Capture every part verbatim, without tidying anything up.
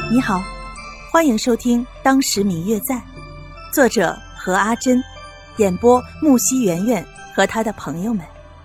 你好，欢迎收听《当时明月在》，作者何阿珍，演播木西圆圆和他的朋友们。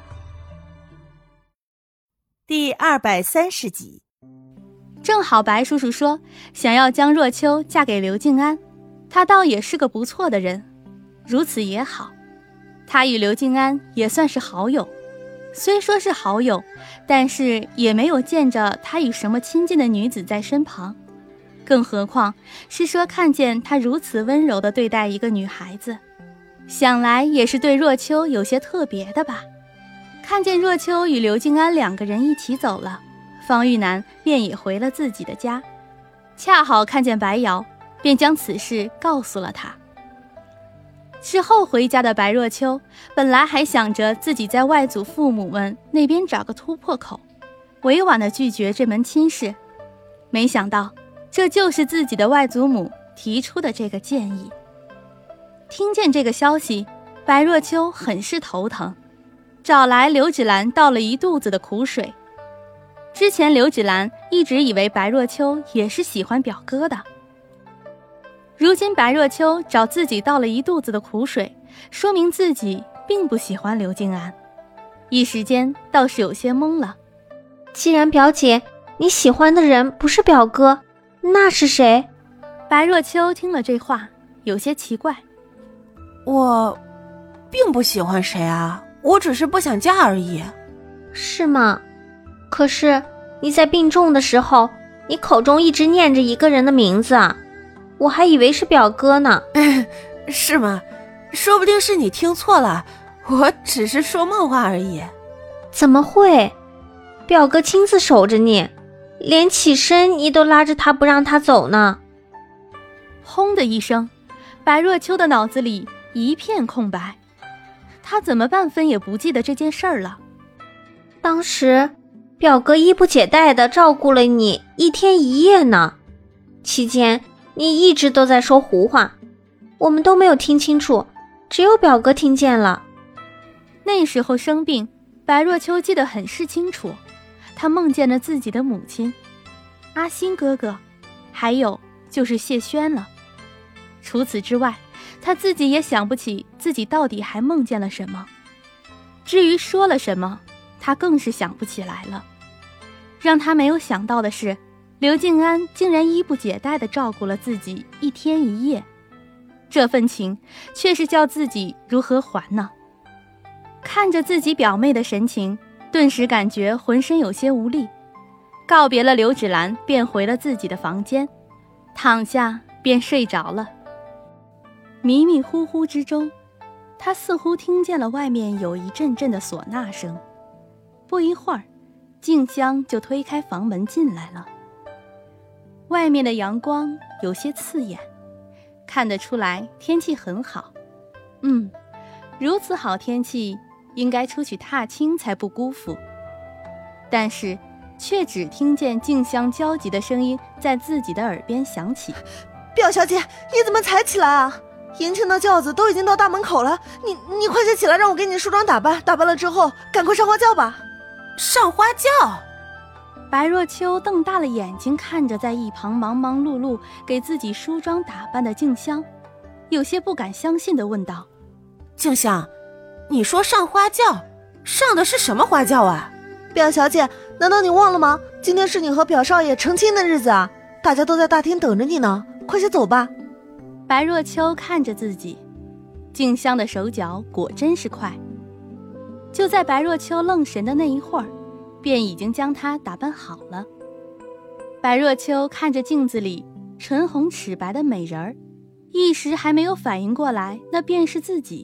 第二百三十集。 正好白叔叔说想要将若秋嫁给刘静安，他倒也是个不错的人，如此也好。他与刘静安也算是好友，虽说是好友，但是也没有见着他与什么亲近的女子在身旁，更何况是说看见他如此温柔地对待一个女孩子，想来也是对若秋有些特别的吧。看见若秋与刘静安两个人一起走了，方玉楠便也回了自己的家，恰好看见白瑶，便将此事告诉了他。之后回家的白若秋本来还想着自己在外祖父母们那边找个突破口，委婉地拒绝这门亲事，没想到这就是自己的外祖母提出的这个建议。听见这个消息，白若秋很是头疼，找来刘芷兰倒了一肚子的苦水。之前刘芷兰一直以为白若秋也是喜欢表哥的，如今白若秋找自己倒了一肚子的苦水，说明自己并不喜欢刘静安，一时间倒是有些懵了。 既然表姐你喜欢的人不是表哥，那是谁？ 白若秋听了这话有些奇怪。 我并不喜欢谁啊，我只是不想嫁而已。 是吗？可是你在病重的时候，你口中一直念着一个人的名字啊，我还以为是表哥呢。 是吗？说不定是你听错了，我只是说梦话而已。 怎么会？表哥亲自守着你，连起身你都拉着他不让他走呢。 轰的一声，白若秋的脑子里一片空白，他怎么半分也不记得这件事儿了。 当时表哥衣不解带地照顾了你一天一夜呢，期间你一直都在说胡话，我们都没有听清楚，只有表哥听见了。 那时候生病，白若秋记得很是清楚，他梦见了自己的母亲阿欣哥哥，还有就是谢轩了。除此之外，他自己也想不起自己到底还梦见了什么，至于说了什么，他更是想不起来了。让他没有想到的是，刘静安竟然衣不解带地照顾了自己一天一夜，这份情却是叫自己如何还呢？看着自己表妹的神情，顿时感觉浑身有些无力，告别了刘芷兰，便回了自己的房间，躺下便睡着了。迷迷糊糊之中，他似乎听见了外面有一阵阵的唢呐声，不一会儿，静香就推开房门进来了。外面的阳光有些刺眼，看得出来天气很好。嗯，如此好天气，应该出去踏青才不辜负。但是却只听见静香焦急的声音在自己的耳边响起： 表小姐，你怎么才起来啊？迎亲的轿子都已经到大门口了，你你快些起来，让我给你梳妆打扮，打扮了之后赶快上花轿吧。 上花轿？ 白若秋瞪大了眼睛看着在一旁忙忙碌碌给自己梳妆打扮的静香，有些不敢相信地问道： 静香，你说上花轿，上的是什么花轿啊？ 表小姐，难道你忘了吗？今天是你和表少爷成亲的日子啊，大家都在大厅等着你呢，快些走吧。 白若秋看着自己，静香的手脚果真是快，就在白若秋愣神的那一会儿，便已经将她打扮好了。白若秋看着镜子里唇红齿白的美人儿，一时还没有反应过来那便是自己。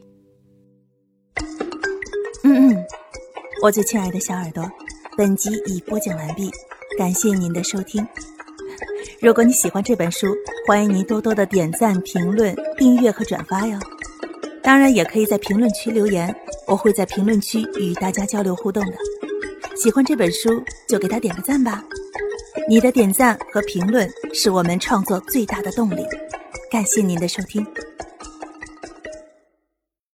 嗯嗯，我最亲爱的小耳朵，本集已播讲完毕，感谢您的收听。如果你喜欢这本书，欢迎您多多的点赞、评论、订阅和转发哟。当然也可以在评论区留言，我会在评论区与大家交流互动的。喜欢这本书就给它点个赞吧，你的点赞和评论是我们创作最大的动力。感谢您的收听。